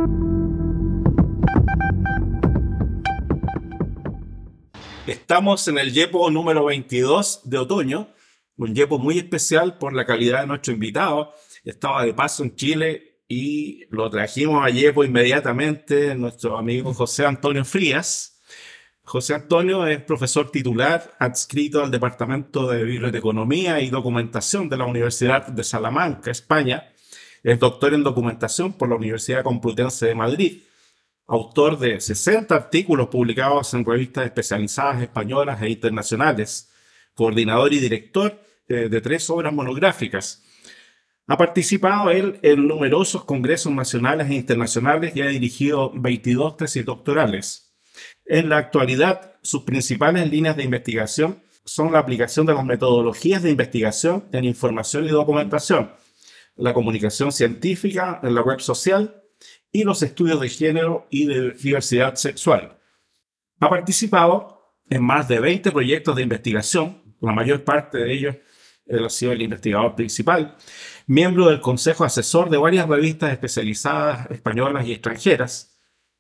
Estamos en el YEPO número 22 de otoño, un YEPO muy especial por la calidad de nuestro invitado. Estaba de paso en Chile y lo trajimos a YEPO inmediatamente, nuestro amigo José Antonio Frías. José Antonio es profesor titular adscrito al Departamento de Biblioteconomía y Documentación de la Universidad de Salamanca, España. Es doctor en documentación por la Universidad Complutense de Madrid. Autor de 60 artículos publicados en revistas especializadas españolas e internacionales, coordinador y director de 3 obras monográficas. Ha participado él en numerosos congresos nacionales e internacionales y ha dirigido 22 tesis doctorales. En la actualidad, sus principales líneas de investigación son la aplicación de las metodologías de investigación en información y documentación, la comunicación científica en la web social, y los estudios de género y de diversidad sexual. Ha participado en más de 20 proyectos de investigación, la mayor parte de ellos él ha sido el investigador principal, miembro del consejo asesor de varias revistas especializadas españolas y extranjeras,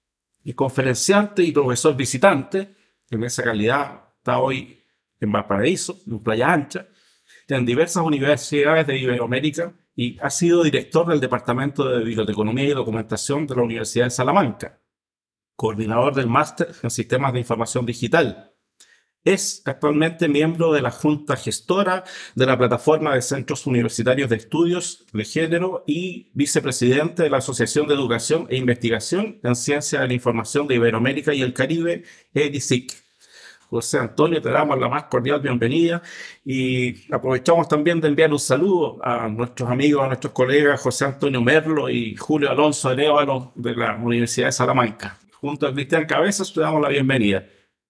y conferenciante y profesor visitante. En esa calidad está hoy en Valparaíso, en Playa Ancha, en diversas universidades de Iberoamérica, y ha sido director del Departamento de Biblioteconomía y Documentación de la Universidad de Salamanca, coordinador del Máster en Sistemas de Información Digital. Es actualmente miembro de la Junta Gestora de la Plataforma de Centros Universitarios de Estudios de Género y vicepresidente de la Asociación de Educación e Investigación en Ciencia de la Información de Iberoamérica y el Caribe, EDICIC. José Antonio, te damos la más cordial bienvenida y aprovechamos también de enviar un saludo a nuestros amigos, a nuestros colegas José Antonio Merlo y Julio Alonso Arévalo de la Universidad de Salamanca. Junto a Cristian Cabezas te damos la bienvenida.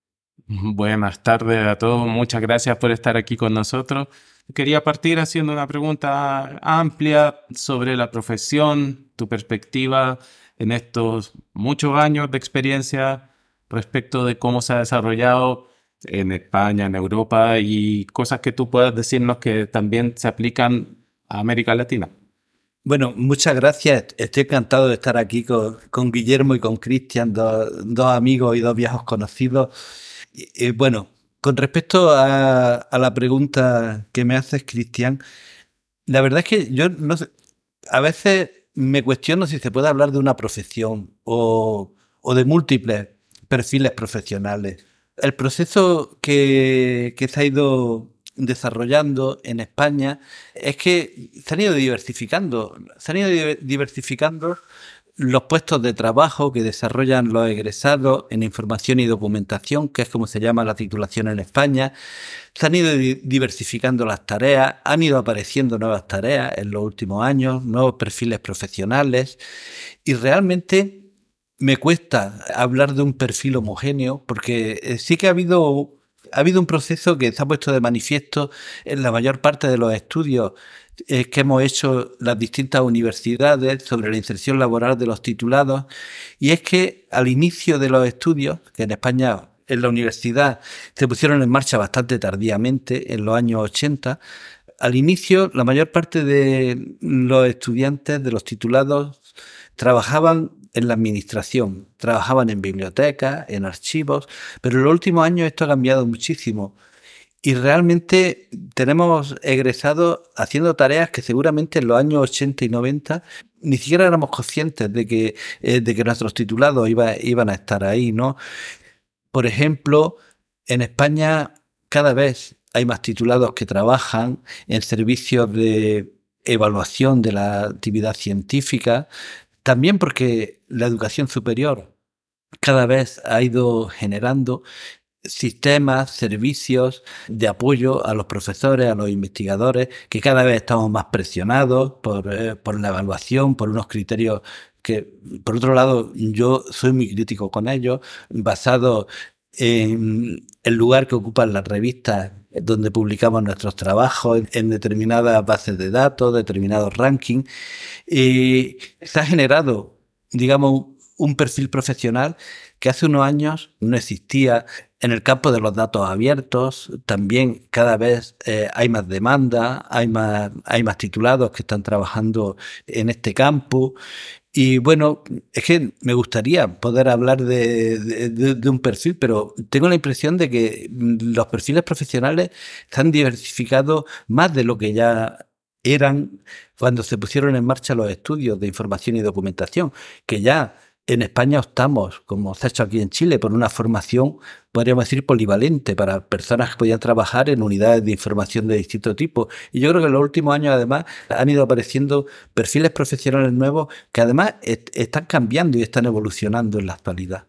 Buenas tardes a todos, muchas gracias por estar aquí con nosotros. Quería partir haciendo una pregunta amplia sobre la profesión, tu perspectiva en estos muchos años de experiencia respecto de cómo se ha desarrollado en España, en Europa, y cosas que tú puedas decirnos que también se aplican a América Latina. Bueno, muchas gracias. Estoy encantado de estar aquí con Guillermo y con Cristian, dos amigos y dos viejos conocidos. Bueno, con respecto a la pregunta que me haces, Cristian, la verdad es que yo no sé, a veces me cuestiono si se puede hablar de una profesión o de múltiples perfiles profesionales. El proceso que se ha ido desarrollando en España es que se han ido diversificando los puestos de trabajo que desarrollan los egresados en información y documentación, que es como se llama la titulación en España. Se han ido diversificando las tareas, han ido apareciendo nuevas tareas en los últimos años, nuevos perfiles profesionales, y realmente me cuesta hablar de un perfil homogéneo porque sí que ha habido un proceso que se ha puesto de manifiesto en la mayor parte de los estudios que hemos hecho las distintas universidades sobre la inserción laboral de los titulados, y es que al inicio de los estudios, que en España en la universidad se pusieron en marcha bastante tardíamente, en los años 80, al inicio la mayor parte de los estudiantes de los titulados trabajaban en la administración, trabajaban en bibliotecas, en archivos, pero en los últimos años esto ha cambiado muchísimo y realmente tenemos egresados haciendo tareas que seguramente en los años 80 y 90 ni siquiera éramos conscientes de que nuestros titulados iban a estar ahí, ¿no? Por ejemplo, en España cada vez hay más titulados que trabajan en servicios de evaluación de la actividad científica, también porque la educación superior cada vez ha ido generando sistemas, servicios de apoyo a los profesores, a los investigadores, que cada vez estamos más presionados por la evaluación, por unos criterios que, por otro lado, yo soy muy crítico con ellos, basados en el lugar que ocupan las revistas donde publicamos nuestros trabajos, en determinadas bases de datos, determinados rankings, y se ha generado, digamos, un perfil profesional que hace unos años no existía. En el campo de los datos abiertos también cada vez hay más demanda, hay más titulados que están trabajando en este campo. Y bueno, es que me gustaría poder hablar de un perfil, pero tengo la impresión de que los perfiles profesionales están diversificados más de lo que ya eran cuando se pusieron en marcha los estudios de información y documentación, que ya en España optamos, como se ha hecho aquí en Chile, por una formación, podríamos decir, polivalente para personas que podían trabajar en unidades de información de distinto tipo. Y yo creo que en los últimos años, además, han ido apareciendo perfiles profesionales nuevos que además están cambiando y están evolucionando en la actualidad.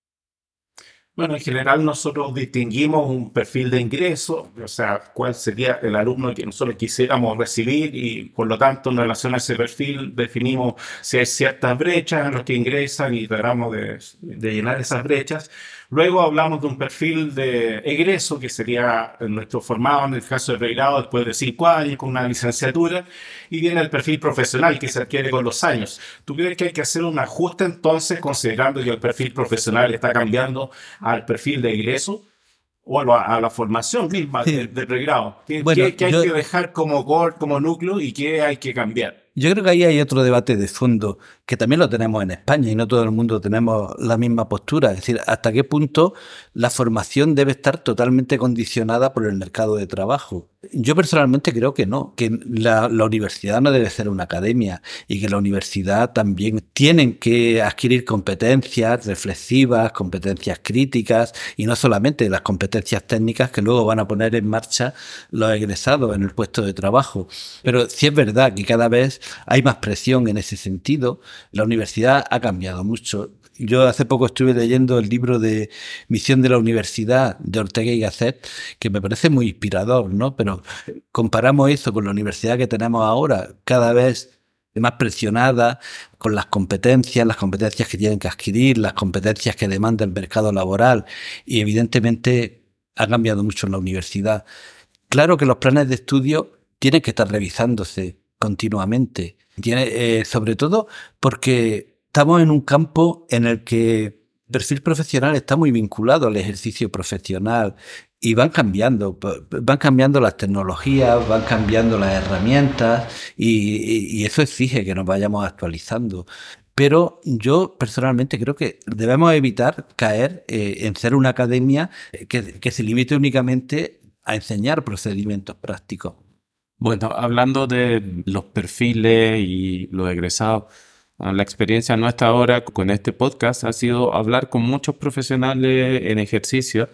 Bueno, en general nosotros distinguimos un perfil de ingreso, o sea, cuál sería el alumno que nosotros quisiéramos recibir y por lo tanto en relación a ese perfil definimos si hay ciertas brechas en los que ingresan y tratamos de llenar esas brechas. Luego hablamos de un perfil de egreso que sería nuestro formado en el caso de pregrado después de 5 años con una licenciatura y viene el perfil profesional que se adquiere con los años. ¿Tú crees que hay que hacer un ajuste entonces considerando que el perfil profesional está cambiando al perfil de ingreso o a la formación misma Sí. de pregrado? Bueno, ¿Qué hay que dejar como core, como núcleo y qué hay que cambiar? Yo creo que ahí hay otro debate de fondo que también lo tenemos en España y no todo el mundo tenemos la misma postura. Es decir, hasta qué punto la formación debe estar totalmente condicionada por el mercado de trabajo. Yo personalmente creo que no, que la universidad no debe ser una academia y que la universidad también tienen que adquirir competencias reflexivas, competencias críticas y no solamente las competencias técnicas que luego van a poner en marcha los egresados en el puesto de trabajo. Pero sí es verdad que cada vez hay más presión en ese sentido. La universidad ha cambiado mucho. Yo hace poco estuve leyendo el libro de Misión de la Universidad de Ortega y Gasset, que me parece muy inspirador, ¿no? Pero comparamos eso con la universidad que tenemos ahora, cada vez más presionada con las competencias que tienen que adquirir, las competencias que demanda el mercado laboral y evidentemente ha cambiado mucho en la universidad. Claro que los planes de estudio tienen que estar revisándose continuamente, sobre todo porque estamos en un campo en el que el perfil profesional está muy vinculado al ejercicio profesional y van cambiando las tecnologías, van cambiando las herramientas y eso exige que nos vayamos actualizando. Pero yo personalmente creo que debemos evitar caer en ser una academia que se limite únicamente a enseñar procedimientos prácticos. Bueno, hablando de los perfiles y los egresados, la experiencia nuestra ahora con este podcast ha sido hablar con muchos profesionales en ejercicio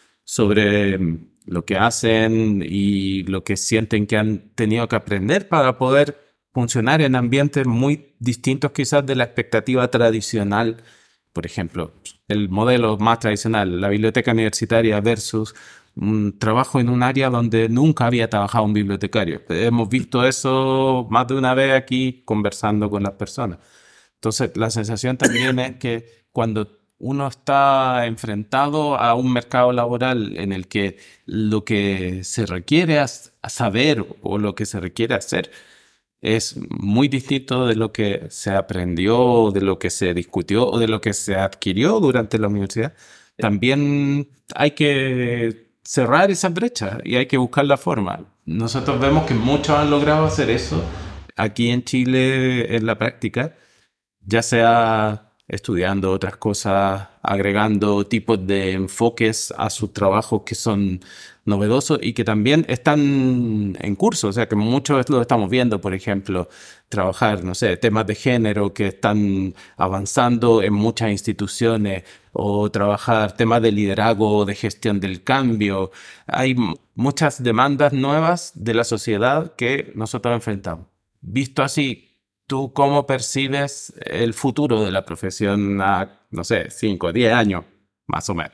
sobre lo que hacen y lo que sienten que han tenido que aprender para poder funcionar en ambientes muy distintos quizás de la expectativa tradicional. Por ejemplo, el modelo más tradicional, la biblioteca universitaria versus un trabajo en un área donde nunca había trabajado un bibliotecario. Hemos visto eso más de una vez aquí conversando con las personas. Entonces, la sensación también es que cuando uno está enfrentado a un mercado laboral en el que lo que se requiere saber o lo que se requiere hacer es muy distinto de lo que se aprendió, de lo que se discutió o de lo que se adquirió durante la universidad, también hay que cerrar esa brecha y hay que buscar la forma. Nosotros vemos que muchos han logrado hacer eso aquí en Chile en la práctica, ya sea estudiando otras cosas, agregando tipos de enfoques a sus trabajos que son novedosos y que también están en curso. O sea, que muchos lo estamos viendo, por ejemplo, trabajar, no sé, temas de género que están avanzando en muchas instituciones o trabajar temas de liderazgo, de gestión del cambio. Hay muchas demandas nuevas de la sociedad que nosotros enfrentamos. Visto así, ¿tú cómo percibes el futuro de la profesión a, no sé, 5 o 10 años, más o menos?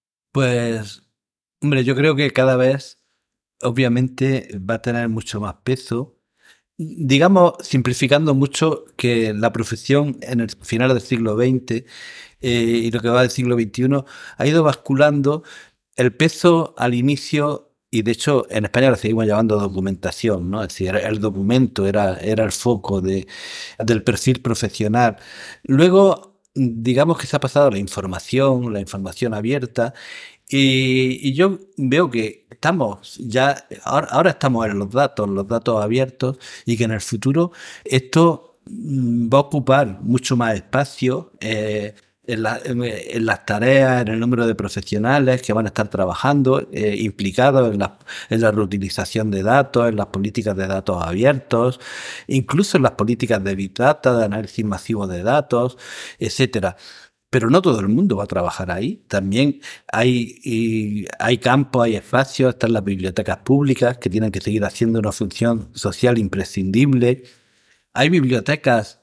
Pues, hombre, yo creo que cada vez, obviamente, va a tener mucho más peso. Digamos, simplificando mucho, que la profesión en el final del siglo XX y lo que va del siglo XXI ha ido basculando el peso al inicio. Y de hecho, en España lo seguimos llamando documentación, ¿no? Es decir, el documento era el foco del perfil profesional. Luego, digamos que se ha pasado a la información abierta, y yo veo que estamos ya, ahora estamos en los datos abiertos, y que en el futuro esto va a ocupar mucho más espacio en las tareas, en el número de profesionales que van a estar trabajando, implicados en la reutilización de datos, en las políticas de datos abiertos, incluso en las políticas de Big Data, de análisis masivo de datos, etcétera. Pero no todo el mundo va a trabajar ahí. También hay campos, hay espacios, están las bibliotecas públicas que tienen que seguir haciendo una función social imprescindible. Hay bibliotecas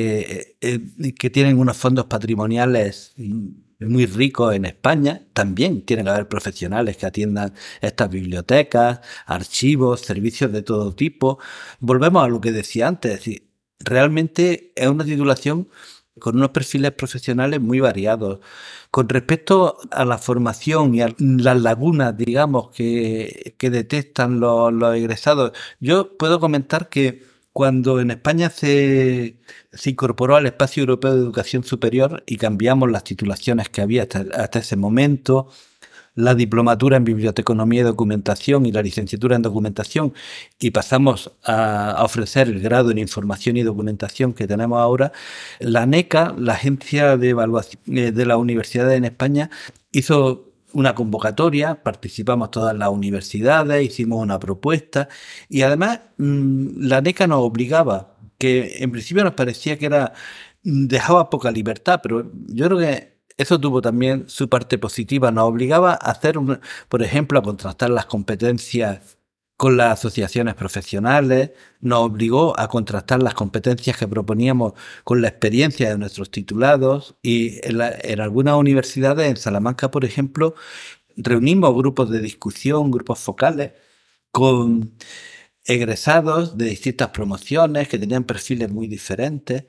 que tienen unos fondos patrimoniales muy ricos en España. También tienen que haber profesionales que atiendan estas bibliotecas, archivos, servicios de todo tipo. Volvemos a lo que decía antes. Es decir, realmente es una titulación con unos perfiles profesionales muy variados. Con respecto a la formación y a las lagunas, digamos, que detectan los egresados, yo puedo comentar que cuando en España se incorporó al Espacio Europeo de Educación Superior y cambiamos las titulaciones que había hasta ese momento, la diplomatura en Biblioteconomía y Documentación y la licenciatura en Documentación, y pasamos a ofrecer el grado en Información y Documentación que tenemos ahora, la ANECA, la Agencia de Evaluación de las Universidades en España, hizo una convocatoria, participamos todas las universidades, hicimos una propuesta y además la ANECA nos obligaba, que en principio nos parecía que dejaba poca libertad, pero yo creo que eso tuvo también su parte positiva. Nos obligaba a hacer, por ejemplo, a contrastar las competencias con las asociaciones profesionales, nos obligó a contrastar las competencias que proponíamos con la experiencia de nuestros titulados y en algunas universidades, en Salamanca, por ejemplo, reunimos grupos de discusión, grupos focales, con egresados de distintas promociones que tenían perfiles muy diferentes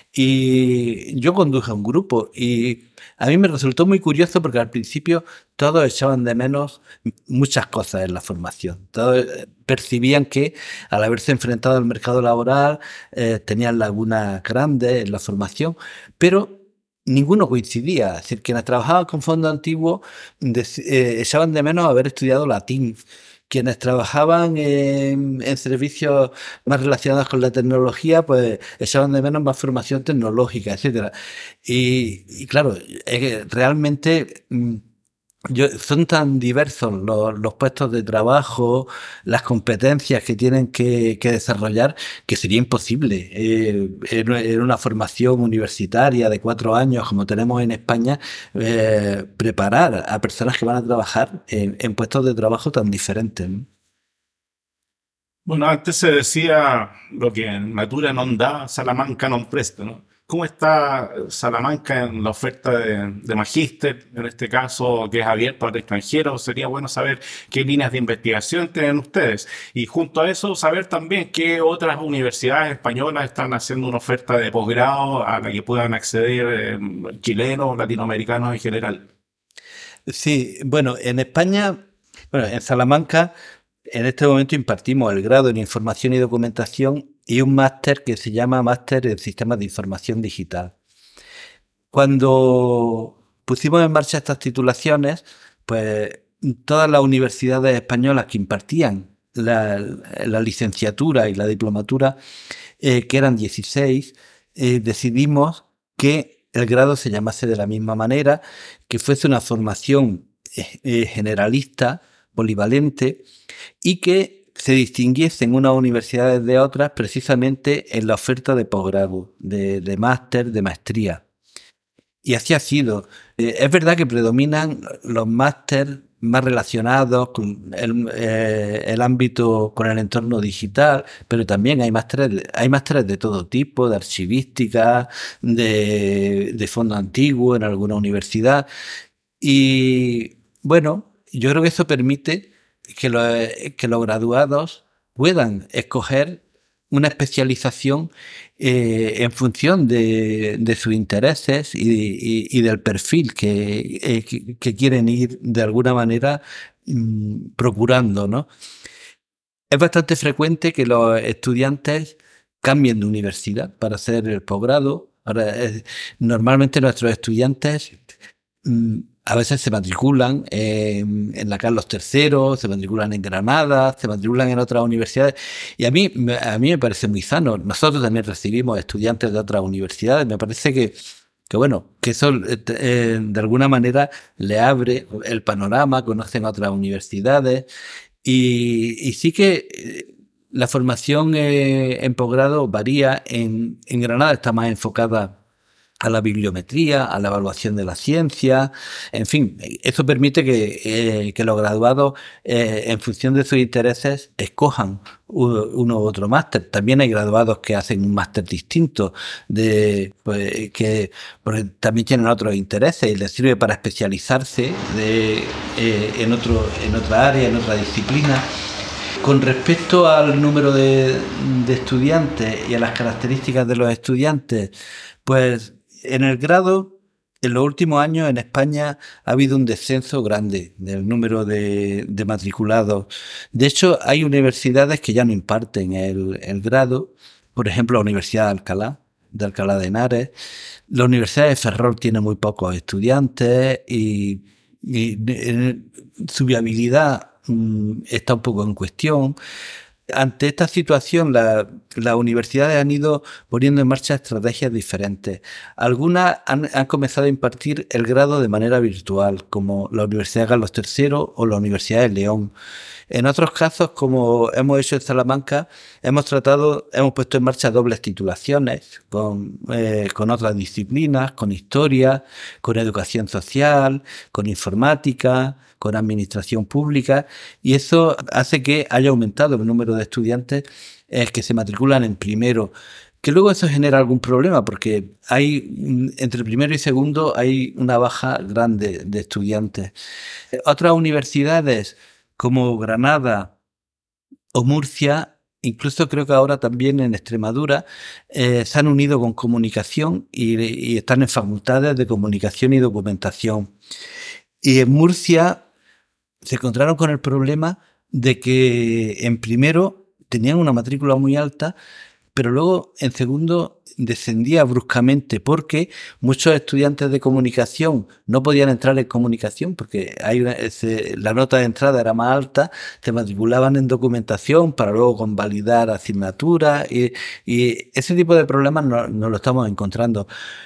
y yo conduje un grupo y a mí me resultó muy curioso porque al principio todos echaban de menos muchas cosas en la formación. Todos percibían que al haberse enfrentado al mercado laboral tenían lagunas grandes en la formación, pero ninguno coincidía. Es decir, quienes trabajaban con fondos antiguos echaban de menos haber estudiado latín. Quienes trabajaban en servicios más relacionados con la tecnología, pues echaban de menos más formación tecnológica, etcétera. Y claro, realmente son tan diversos los puestos de trabajo, las competencias que tienen que desarrollar, que sería imposible en una formación universitaria de 4 años, como tenemos en España, preparar a personas que van a trabajar en puestos de trabajo tan diferentes, ¿no? Bueno, antes se decía lo que en natura non da, Salamanca non presta, ¿no? ¿Cómo está Salamanca en la oferta de magíster, en este caso, que es abierto al extranjero? Sería bueno saber qué líneas de investigación tienen ustedes. Y junto a eso, saber también qué otras universidades españolas están haciendo una oferta de posgrado a la que puedan acceder chilenos, latinoamericanos en general. Sí, bueno, en España, en Salamanca, en este momento impartimos el grado en Información y Documentación y un máster que se llama Máster en Sistemas de Información Digital. Cuando pusimos en marcha estas titulaciones, pues todas las universidades españolas que impartían la licenciatura y la diplomatura, que eran 16, decidimos que el grado se llamase de la misma manera, que fuese una formación generalista, polivalente, y que se distinguiesen unas universidades de otras precisamente en la oferta de posgrado, de máster, de maestría. Y así ha sido. Es verdad que predominan los máster más relacionados con el ámbito, con el entorno digital, pero también hay másteres de todo tipo, de archivística, de fondo antiguo en alguna universidad. Y bueno, yo creo que eso permite que los graduados puedan escoger una especialización en función de sus intereses y del perfil que quieren ir de alguna manera procurando, ¿no? Es bastante frecuente que los estudiantes cambien de universidad para hacer el posgrado. Ahora, normalmente nuestros estudiantes a veces se matriculan en la Carlos III, se matriculan en Granada, se matriculan en otras universidades, y a mí me parece muy sano. Nosotros también recibimos estudiantes de otras universidades. Me parece que bueno, que eso de alguna manera le abre el panorama, conocen otras universidades, y sí que la formación en posgrado varía. En Granada está más enfocada a la bibliometría, a la evaluación de la ciencia, en fin, eso permite que los graduados, en función de sus intereses, escojan uno u otro máster. También hay graduados que hacen un máster distinto, porque también tienen otros intereses y les sirve para especializarse en otra área, en otra disciplina. Con respecto al número de estudiantes y a las características de los estudiantes, pues en el grado, en los últimos años en España ha habido un descenso grande del número de matriculados. De hecho, hay universidades que ya no imparten el grado, por ejemplo, la Universidad de Alcalá de Henares. La Universidad de Ferrol tiene muy pocos estudiantes y su viabilidad está un poco en cuestión. Ante esta situación, las universidades han ido poniendo en marcha estrategias diferentes. Algunas han comenzado a impartir el grado de manera virtual, como la Universidad Carlos III o la Universidad de León. En otros casos, como hemos hecho en Salamanca, hemos puesto en marcha dobles titulaciones con otras disciplinas, con historia, con educación social, con informática, con administración pública, y eso hace que haya aumentado el número de estudiantes que se matriculan en primero. Que luego eso genera algún problema, porque entre primero y segundo hay una baja grande de estudiantes. Otras universidades como Granada o Murcia, incluso creo que ahora también en Extremadura, se han unido con comunicación y están en facultades de comunicación y documentación. Y en Murcia se encontraron con el problema de que en primero tenían una matrícula muy alta, pero luego en segundo descendía bruscamente porque muchos estudiantes de comunicación no podían entrar en comunicación porque la nota de entrada era más alta, se matriculaban en documentación para luego convalidar asignaturas, y ese tipo de problemas no lo estamos encontrando.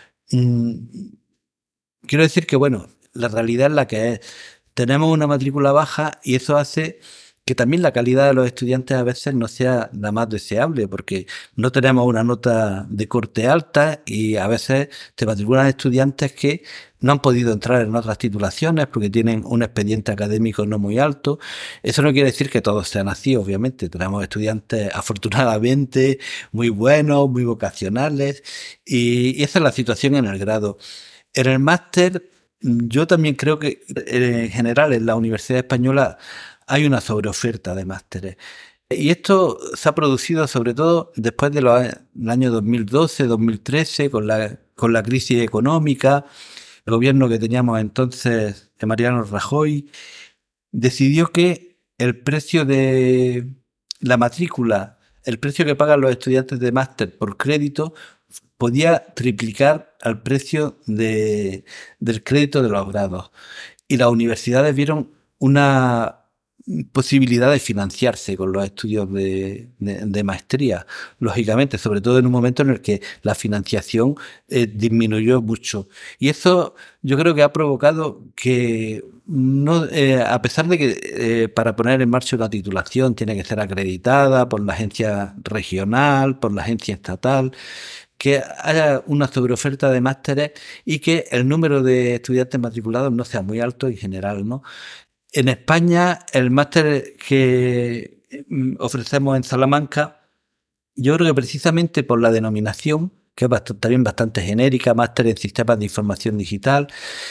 Quiero decir que, bueno, la realidad es la que es. Tenemos una matrícula baja y eso hace que también la calidad de los estudiantes a veces no sea la más deseable, porque no tenemos una nota de corte alta y a veces te matriculan estudiantes que no han podido entrar en otras titulaciones porque tienen un expediente académico no muy alto. Eso no quiere decir que todos sean así, obviamente. Tenemos estudiantes, afortunadamente, muy buenos, muy vocacionales, y esa es la situación en el grado. En el máster, yo también creo que en general en la Universidad Española hay una sobreoferta de másteres. Y esto se ha producido sobre todo después del año 2012, 2013, con la crisis económica. El gobierno que teníamos entonces, de Mariano Rajoy, decidió que el precio de la matrícula, el precio que pagan los estudiantes de máster por crédito, podía triplicar al precio del crédito de los grados. Y las universidades vieron una posibilidad de financiarse con los estudios de maestría, lógicamente, sobre todo en un momento en el que la financiación disminuyó mucho. Y eso yo creo que ha provocado que, a pesar de que para poner en marcha una titulación tiene que ser acreditada por la agencia regional, por la agencia estatal, que haya una sobreoferta de másteres y que el número de estudiantes matriculados no sea muy alto en general, ¿no? En España, el máster que ofrecemos en Salamanca, yo creo que precisamente por la denominación, que es también bastante genérica, máster en sistemas de información digital,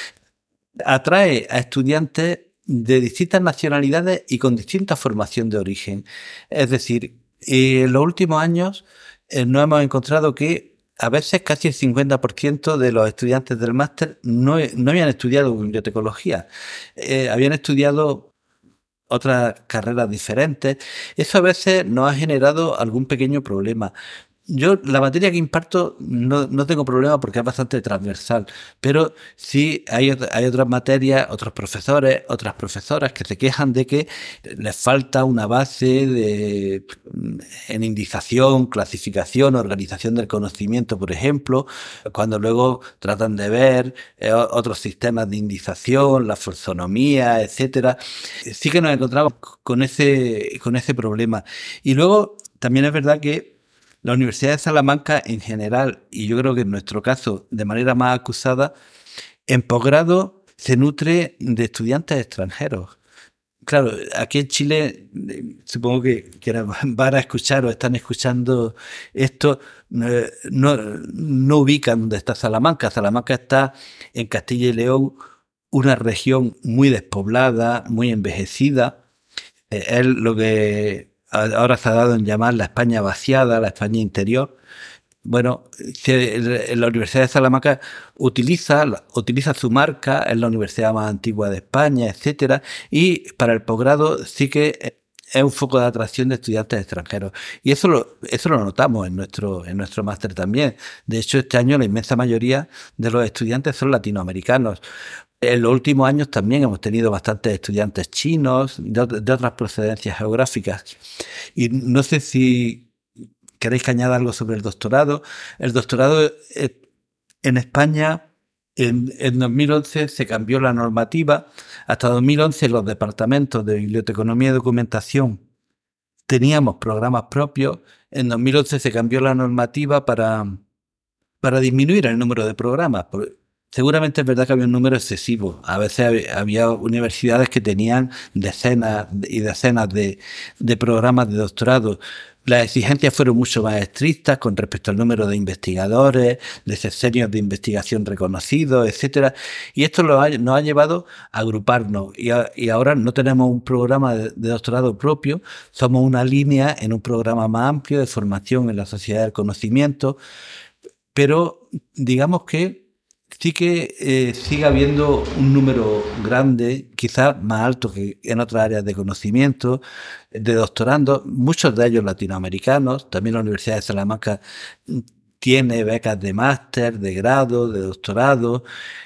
atrae a estudiantes de distintas nacionalidades y con distinta formación de origen. Es decir, en los últimos años nos hemos encontrado que a veces casi el 50% de los estudiantes del máster no habían estudiado bibliotecología, habían estudiado otras carreras diferentes. Eso a veces nos ha generado algún pequeño problema. Yo la materia que imparto no tengo problema porque es bastante transversal, pero sí hay otras materias, otros profesores, otras profesoras que se quejan de que les falta una base en indización, clasificación, organización del conocimiento, por ejemplo, cuando luego tratan de ver otros sistemas de indización, la folsonomía, etcétera. Sí que nos encontramos con ese problema. Y luego también es verdad que la Universidad de Salamanca en general, y yo creo que en nuestro caso de manera más acusada, en posgrado se nutre de estudiantes extranjeros. Claro, aquí en Chile, supongo que quienes van a escuchar o están escuchando esto, no ubican dónde está Salamanca. Salamanca está en Castilla y León, una región muy despoblada, muy envejecida. Es lo que ahora se ha dado en llamar la España vaciada, la España interior. Bueno, la Universidad de Salamanca utiliza su marca, es la universidad más antigua de España, etcétera, y para el posgrado sí que es un foco de atracción de estudiantes extranjeros. Y eso lo notamos en nuestro máster también. De hecho, este año la inmensa mayoría de los estudiantes son latinoamericanos. En los últimos años también hemos tenido bastantes estudiantes chinos, de otras procedencias geográficas. Y no sé si queréis que añada algo sobre el doctorado. El doctorado en España, en 2011 se cambió la normativa. Hasta 2011 los departamentos de biblioteconomía y documentación teníamos programas propios. En 2011 se cambió la normativa para disminuir el número de programas. Seguramente es verdad que había un número excesivo. A veces había universidades que tenían decenas y decenas de programas de doctorado. Las exigencias fueron mucho más estrictas con respecto al número de investigadores, de sexenios de investigación reconocidos, etcétera. Y esto nos ha llevado a agruparnos. Y ahora no tenemos un programa de doctorado propio, somos una línea en un programa más amplio de formación en la sociedad del conocimiento. Pero digamos que sí que sigue habiendo un número grande, quizás más alto que en otras áreas de conocimiento, de doctorandos, muchos de ellos latinoamericanos. También la Universidad de Salamanca tiene becas de máster, de grado, de doctorado.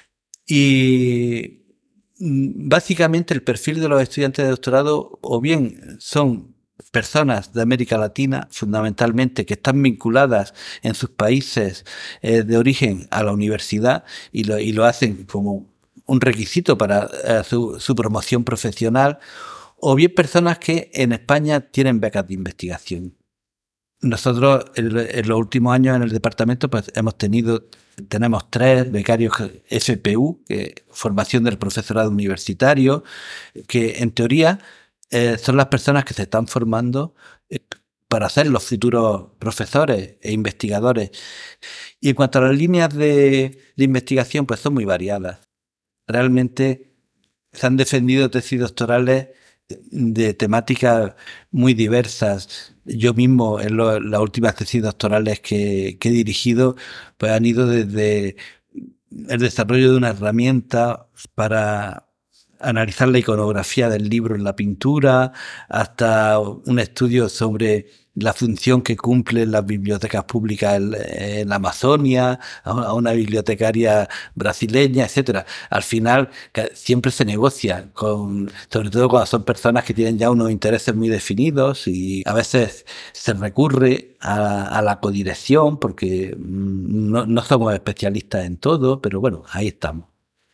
Y básicamente el perfil de los estudiantes de doctorado o bien son personas de América Latina, fundamentalmente, que están vinculadas en sus países de origen a la universidad y lo hacen como un requisito para su promoción profesional, o bien personas que en España tienen becas de investigación. Nosotros en los últimos años en el departamento pues tenemos 3 becarios FPU, formación del profesorado universitario, que en teoría son las personas que se están formando para ser los futuros profesores e investigadores. Y en cuanto a las líneas de investigación, pues son muy variadas. Realmente se han defendido tesis doctorales de temáticas muy diversas. Yo mismo, en las últimas tesis doctorales que he dirigido, pues han ido desde el desarrollo de una herramienta para analizar la iconografía del libro en la pintura, hasta un estudio sobre la función que cumplen las bibliotecas públicas en la Amazonia, a una bibliotecaria brasileña, etcétera. Al final siempre se negocia, sobre todo cuando son personas que tienen ya unos intereses muy definidos, y a veces se recurre a la codirección porque no somos especialistas en todo, pero bueno, ahí estamos.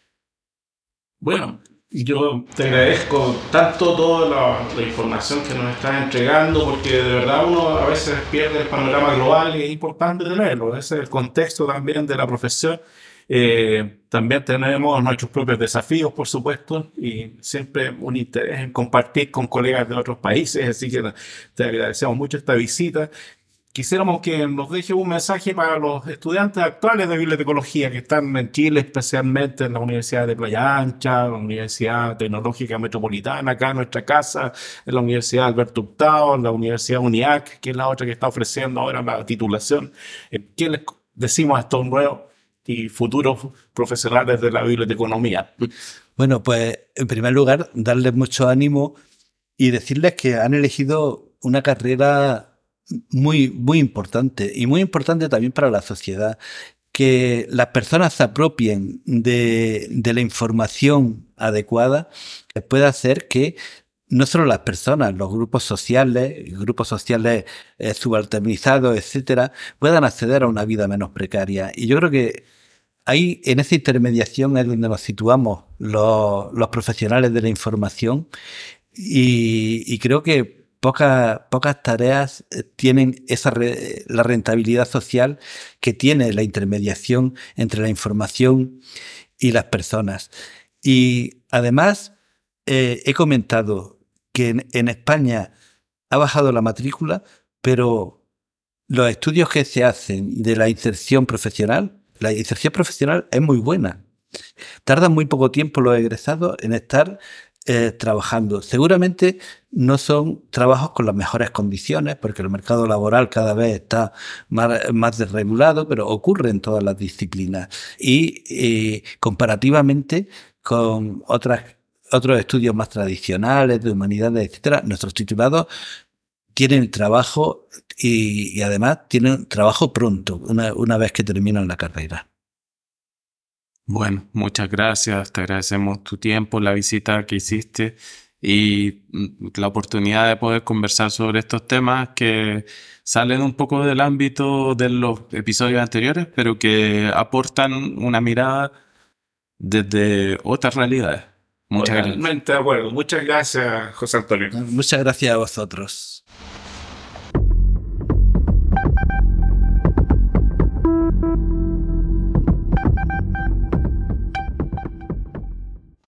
Bueno, yo te agradezco tanto toda la información que nos estás entregando, porque de verdad uno a veces pierde el panorama global y es importante tenerlo. Ese es el contexto también de la profesión. También tenemos nuestros propios desafíos, por supuesto, y siempre un interés en compartir con colegas de otros países, así que te agradecemos mucho esta visita. Quisiéramos que nos deje un mensaje para los estudiantes actuales de bibliotecología que están en Chile, especialmente en la Universidad de Playa Ancha, la Universidad Tecnológica Metropolitana, acá en nuestra casa, en la Universidad Alberto Hurtado, en la Universidad UNIAC, que es la otra que está ofreciendo ahora la titulación. ¿Qué les decimos a estos nuevos y futuros profesionales de la biblioteconomía? Bueno, pues en primer lugar, darles mucho ánimo y decirles que han elegido una carrera muy importante, y muy importante también para la sociedad, que las personas se apropien de la información adecuada, que puede hacer que no solo las personas, los grupos sociales subalternizados, etcétera, puedan acceder a una vida menos precaria. Y yo creo que ahí, en esa intermediación, es donde nos situamos los profesionales de la información, y creo que pocas tareas tienen la rentabilidad social que tiene la intermediación entre la información y las personas. Y además, he comentado que en España ha bajado la matrícula, pero los estudios que se hacen de la inserción profesional es muy buena. Tardan muy poco tiempo los egresados en estar trabajando. Seguramente no son trabajos con las mejores condiciones, porque el mercado laboral cada vez está más desregulado, pero ocurre en todas las disciplinas. Y comparativamente con otros estudios más tradicionales, de humanidades, etcétera, nuestros titulados tienen trabajo y además tienen trabajo pronto, una vez que terminan la carrera. Bueno, muchas gracias. Te agradecemos tu tiempo, la visita que hiciste y la oportunidad de poder conversar sobre estos temas que salen un poco del ámbito de los episodios anteriores, pero que aportan una mirada desde otras realidades. Muchas gracias. Totalmente de acuerdo. Muchas gracias, José Antonio. Muchas gracias a vosotros.